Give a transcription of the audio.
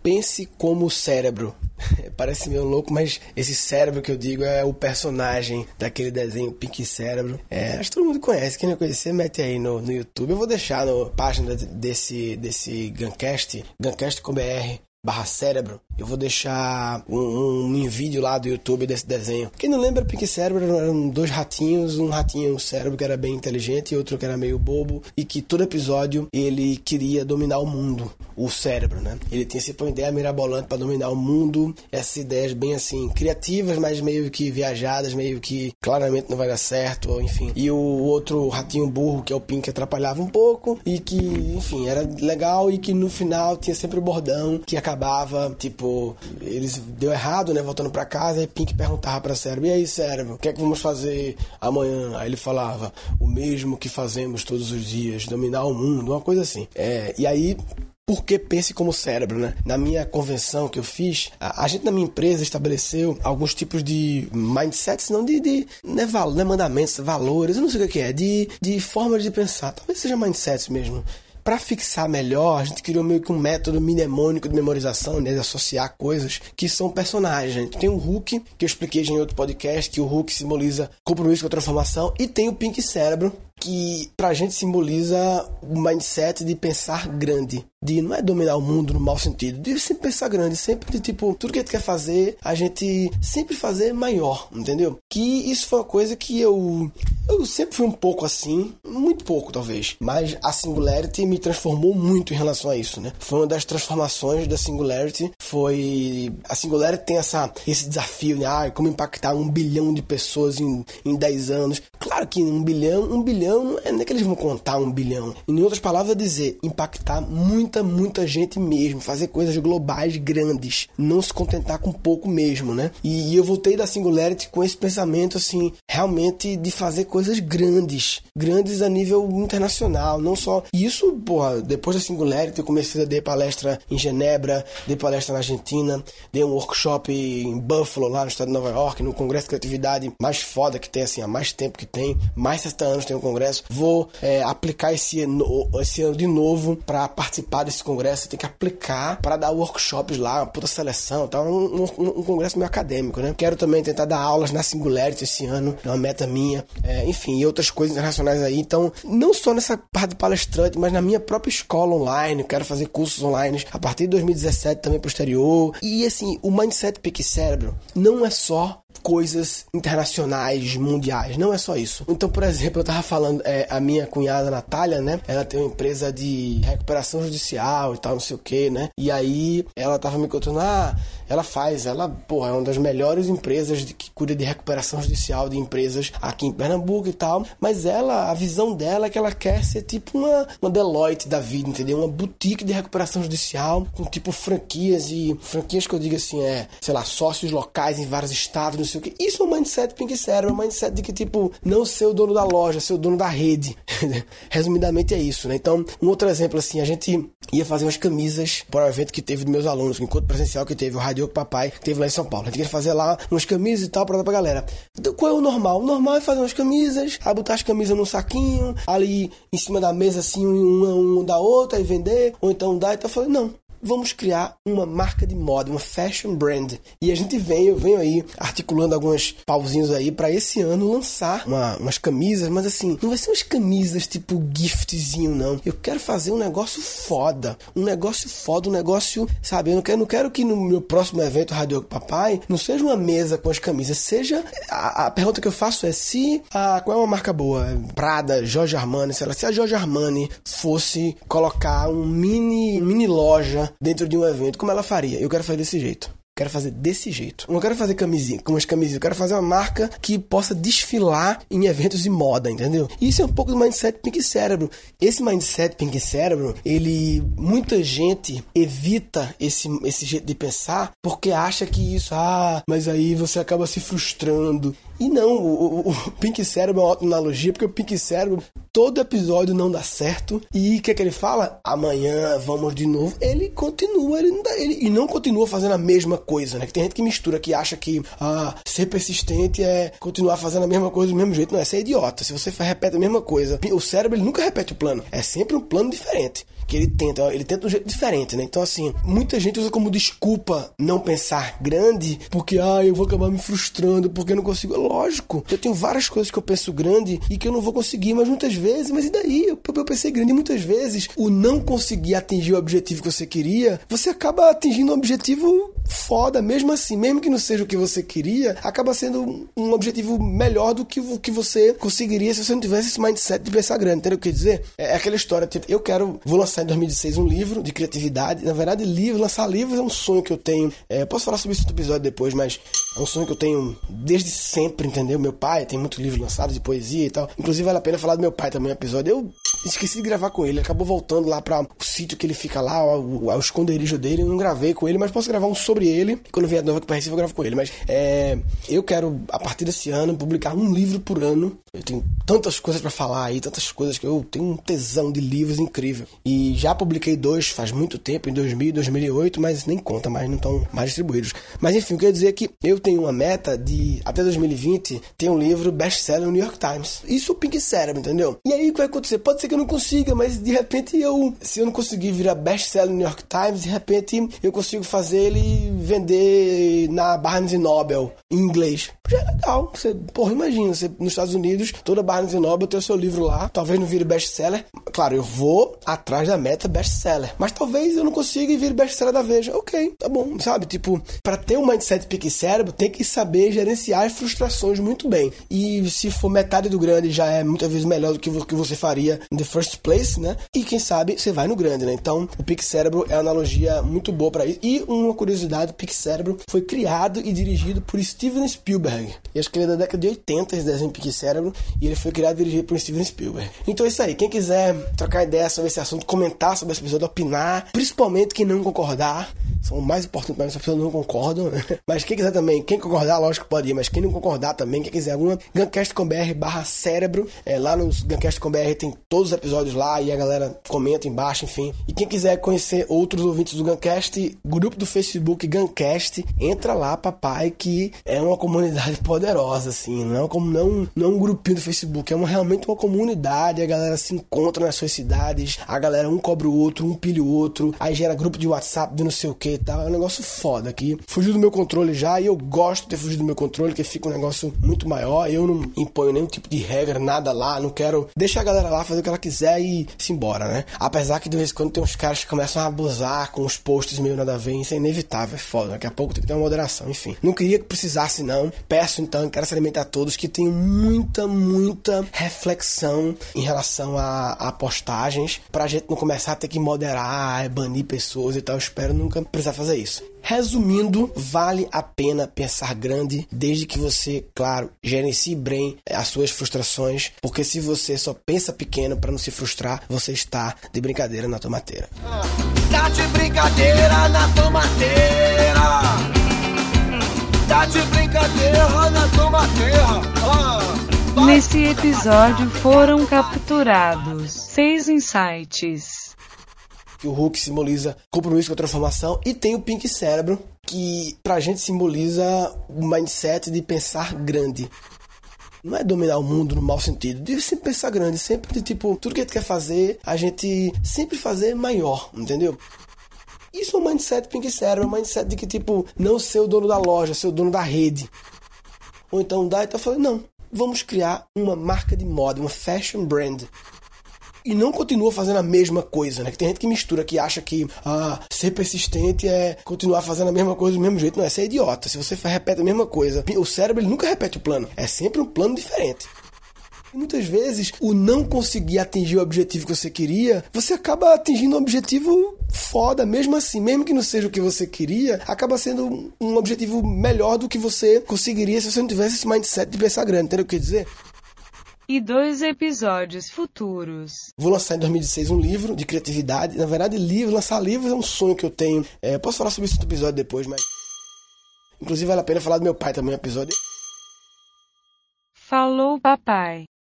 pense como cérebro. Parece meio louco, mas esse cérebro que eu digo é o personagem daquele desenho Pink Cérebro. Acho que todo mundo conhece. Quem não conhecer, mete aí no YouTube. Eu vou deixar na página desse Guncast, Guncast com BR/cérebro. Eu vou deixar um vídeo lá do YouTube desse desenho. Quem não lembra, Pink Cérebro eram dois ratinhos, um ratinho cérebro que era bem inteligente e outro que era meio bobo, e que todo episódio ele queria dominar o mundo, o cérebro, né? Ele tinha sempre uma ideia mirabolante para dominar o mundo, essas ideias bem assim, criativas, mas meio que viajadas, meio que claramente não vai dar certo, ou enfim. E o outro ratinho burro, que é o Pink, atrapalhava um pouco, e que, enfim, era legal, e que no final tinha sempre o bordão, que acabava, tipo, eles deu errado, né, voltando pra casa, e Pink perguntava pra cérebro: e aí, cérebro, o que é que vamos fazer amanhã? Aí ele falava: o mesmo que fazemos todos os dias, dominar o mundo, uma coisa assim. E aí, porque pense como cérebro, né? Na minha convenção que eu fiz, a gente na minha empresa estabeleceu alguns tipos de mindsets, não né, mandamentos, valores, eu não sei o que é, de formas de pensar, talvez seja mindsets mesmo. Para fixar melhor, a gente criou meio que um método mnemônico de memorização, né, de associar coisas que são personagens. A gente tem o Hulk, que eu expliquei já em outro podcast, que o Hulk simboliza compromisso com a transformação, e tem o Pink Cérebro, que pra gente simboliza o mindset de pensar grande, de não é dominar o mundo no mau sentido, de sempre pensar grande, sempre de tipo, tudo que a gente quer fazer, a gente sempre fazer maior, entendeu? Que isso foi uma coisa que eu sempre fui um pouco assim, muito pouco talvez, mas a Singularity me transformou muito em relação a isso, né? Foi uma das transformações da Singularity, a Singularity tem esse desafio, né? Como impactar 1 bilhão de pessoas em 10 anos. Claro que 1 bilhão não é que eles vão contar 1 bilhão. Em outras palavras, dizer, impactar muita gente mesmo, fazer coisas globais grandes, não se contentar com pouco mesmo, né? E eu voltei da Singularity com esse pensamento, assim, realmente de fazer coisas grandes a nível internacional, não só... E isso, porra, depois da Singularity eu comecei a dar palestra em Genebra, dei palestra na Argentina, dei um workshop em Buffalo, lá no estado de Nova York, no Congresso de Criatividade mais foda que tem, assim, há mais tempo que tem, mais 60 anos tem um congresso. Vou aplicar esse ano de novo para participar desse congresso. Tem que aplicar para dar workshops lá, uma puta seleção, tá? Um congresso meio acadêmico, né? Quero também tentar dar aulas na Singularity esse ano, é uma meta minha, enfim, e outras coisas internacionais aí. Então, não só nessa parte de palestrante, mas na minha própria escola online, quero fazer cursos online a partir de 2017 também pro exterior. E assim, o Mindset Pink Cérebro não é só coisas internacionais, mundiais, não é só isso. Então, por exemplo, eu tava falando, a minha cunhada Natália, né, ela tem uma empresa de recuperação judicial e tal, não sei o que, né, e aí ela tava me contando, ela é uma das melhores empresas que cuida de recuperação judicial de empresas aqui em Pernambuco e tal, mas a visão dela é que ela quer ser tipo uma Deloitte da vida, entendeu? Uma boutique de recuperação judicial com tipo franquias que eu digo assim, sei lá, sócios locais em vários estados, não sei o que. Isso é um mindset Pink Cérebro, é um mindset de que tipo, não ser o dono da loja, ser o dono da rede. Resumidamente é isso, né? Então, um outro exemplo assim, a gente ia fazer umas camisas para o evento que teve dos meus alunos, o encontro presencial que teve, o Rádio Papai, que teve lá em São Paulo. A gente queria fazer lá umas camisas e tal para dar pra galera. Então, qual é o normal? O normal é fazer umas camisas, aí botar as camisas num saquinho, ali em cima da mesa, assim, uma da outra, e vender, ou então dar. Então eu falei, não, vamos criar uma marca de moda, uma fashion brand. E a gente eu venho aí articulando alguns pauzinhos aí para esse ano lançar umas camisas, mas assim, não vai ser umas camisas tipo giftzinho, não. Eu quero fazer um negócio foda, um negócio, sabe? Eu não quero que no meu próximo evento Rádio Papai não seja uma mesa com as camisas, seja... A pergunta que eu faço é qual é uma marca boa? Prada, Giorgio Armani, sei lá, se a Giorgio Armani fosse colocar um mini loja dentro de um evento, como ela faria? Eu quero fazer desse jeito. Quero fazer desse jeito. Eu não quero fazer camisinha, com umas camisinhas. Eu quero fazer uma marca que possa desfilar em eventos de moda, entendeu? Isso é um pouco do mindset Pink Cérebro. Esse mindset Pink Cérebro, muita gente evita esse jeito de pensar porque acha que isso, mas aí você acaba se frustrando. E não, o Pink Cérebro é uma ótima analogia, porque o Pink Cérebro, todo episódio não dá certo. E o que é que ele fala? Amanhã vamos de novo. Ele continua, ele não continua fazendo a mesma coisa, né? Que tem gente que mistura, que acha que ser persistente é continuar fazendo a mesma coisa do mesmo jeito. Não, essa é idiota. Se você repete a mesma coisa, o cérebro ele nunca repete o plano. É sempre um plano diferente. Que ele tenta de um jeito diferente, né? Então, assim, muita gente usa como desculpa não pensar grande, porque, eu vou acabar me frustrando, porque eu não consigo. Lógico, eu tenho várias coisas que eu penso grande e que eu não vou conseguir, mas muitas vezes, mas e daí? Eu pensei grande e muitas vezes o não conseguir atingir o objetivo que você queria, você acaba atingindo um objetivo foda, mesmo assim, mesmo que não seja o que você queria, acaba sendo um objetivo melhor do que o que você conseguiria se você não tivesse esse mindset de pensar grande, entendeu o que eu quer dizer? É aquela história, tipo, vou lançar em 2016 um livro de criatividade. Na verdade, lançar livros é um sonho que eu tenho. Posso falar sobre isso no episódio depois, mas é um sonho que eu tenho desde sempre, entendeu? Meu pai tem muitos livros lançados de poesia e tal. Inclusive, vale a pena falar do meu pai também no episódio. Eu esqueci de gravar com ele, acabou voltando lá para o sítio que ele fica lá, ao esconderijo dele. Eu não gravei com ele, mas posso gravar um sobre ele. Quando eu vier de novo aqui para Recife, eu gravo com ele. Mas eu quero, a partir desse ano, publicar um livro por ano. Eu tenho tantas coisas para falar aí, tantas coisas que eu tenho um tesão de livros incrível. E já publiquei 2 faz muito tempo, em 2000 e 2008, mas nem conta mais, não estão mais distribuídos. Mas enfim, eu queria dizer que eu tenho uma meta de, até 2020, ter um livro best-seller no New York Times. Isso é o Pink Cérebro, entendeu? E aí o que vai acontecer? Pode ser que eu não consiga, mas de repente se eu não conseguir virar best-seller no New York Times, de repente eu consigo fazer ele vender na Barnes Noble em inglês. Já é legal. Imagina, você nos Estados Unidos, toda Barnes Noble tem o seu livro lá, talvez não vire best-seller. Claro, eu vou atrás da meta best-seller, mas talvez eu não consiga e vire best-seller da Veja. Ok, tá bom, sabe? Tipo, pra ter um mindset Pink Cérebro, tem que saber gerenciar as frustrações muito bem. E se for metade do grande, já é muitas vezes melhor do que o que você faria in the first place, né? E quem sabe, você vai no grande, né? Então, o Pink Cérebro é uma analogia muito boa pra isso. E uma curiosidade, o Pink Cérebro foi criado e dirigido por Steven Spielberg. E acho que ele é da década de 80, esse desenho Pink Cérebro, e ele foi criado e dirigido por Steven Spielberg. Então é isso aí. Quem quiser trocar ideia sobre esse assunto, comentar sobre esse episódio, opinar, principalmente quem não concordar, são o mais importante para mim, se as pessoas não concordam, né? Mas quem quiser também, quem concordar, lógico que pode ir, mas quem não concordar também, quem quiser alguma, Guncast.com.br/cérebro, lá nos Guncast.com.br tem todos os episódios lá e a galera comenta embaixo, enfim. E quem quiser conhecer outros ouvintes do Guncast, grupo do Facebook Guncast, entra lá, papai, que é uma comunidade poderosa, assim, não é um grupinho do Facebook, é realmente uma comunidade, a galera se encontra nas suas cidades, a galera um cobra o outro, um pilha o outro, aí gera grupo de WhatsApp de não sei o que e tal, é um negócio foda aqui. Fugiu do meu controle já, e eu gosto de ter fugido do meu controle, que fica um negócio muito maior, eu não imponho nenhum tipo de regra, nada lá, não quero, deixa a galera lá fazer o que ela quiser e se embora, né? Apesar que de vez em quando tem uns caras que começam a abusar com os posts meio nada a ver, isso é inevitável, é foda, daqui a pouco tem que ter uma moderação, enfim. Não queria que precisasse não, peço então, quero se alimentar a todos que tenham muita reflexão em relação a postagens, pra gente não começar a ter que moderar, banir pessoas e tal. Eu espero nunca precisar fazer isso. Resumindo, vale a pena pensar grande, desde que você, claro, gerencie bem as suas frustrações, porque se você só pensa pequeno para não se frustrar, você está de brincadeira na tomateira. Tá de brincadeira na tomateira. Tá de brincadeira na tomateira. Nesse episódio foram capturados 6 insights. Que o Hulk simboliza compromisso com a transformação, e tem o Pink Cérebro, que pra gente simboliza o mindset de pensar grande. Não é dominar o mundo no mau sentido, de sempre pensar grande, sempre de tipo, tudo que a gente quer fazer, a gente sempre fazer maior, entendeu? Isso é um mindset Pink Cérebro, é um mindset de que tipo, não ser o dono da loja, ser o dono da rede. Ou então dá e tá falando, não, vamos criar uma marca de moda, uma fashion brand. E não continua fazendo a mesma coisa, né? Que tem gente que mistura, que acha que ser persistente é continuar fazendo a mesma coisa do mesmo jeito. Não, essa é idiota. Se você repete a mesma coisa, o cérebro ele nunca repete o plano. É sempre um plano diferente. E muitas vezes, o não conseguir atingir o objetivo que você queria, você acaba atingindo um objetivo foda, mesmo assim. Mesmo que não seja o que você queria, acaba sendo um objetivo melhor do que você conseguiria se você não tivesse esse mindset de pensar grande. Entendeu o que eu quer dizer? E 2 episódios futuros. Vou lançar em 2016 um livro de criatividade. Na verdade, lançar livros é um sonho que eu tenho. Posso falar sobre isso no episódio depois, mas... Inclusive, vale a pena falar do meu pai também no episódio. Falou, papai.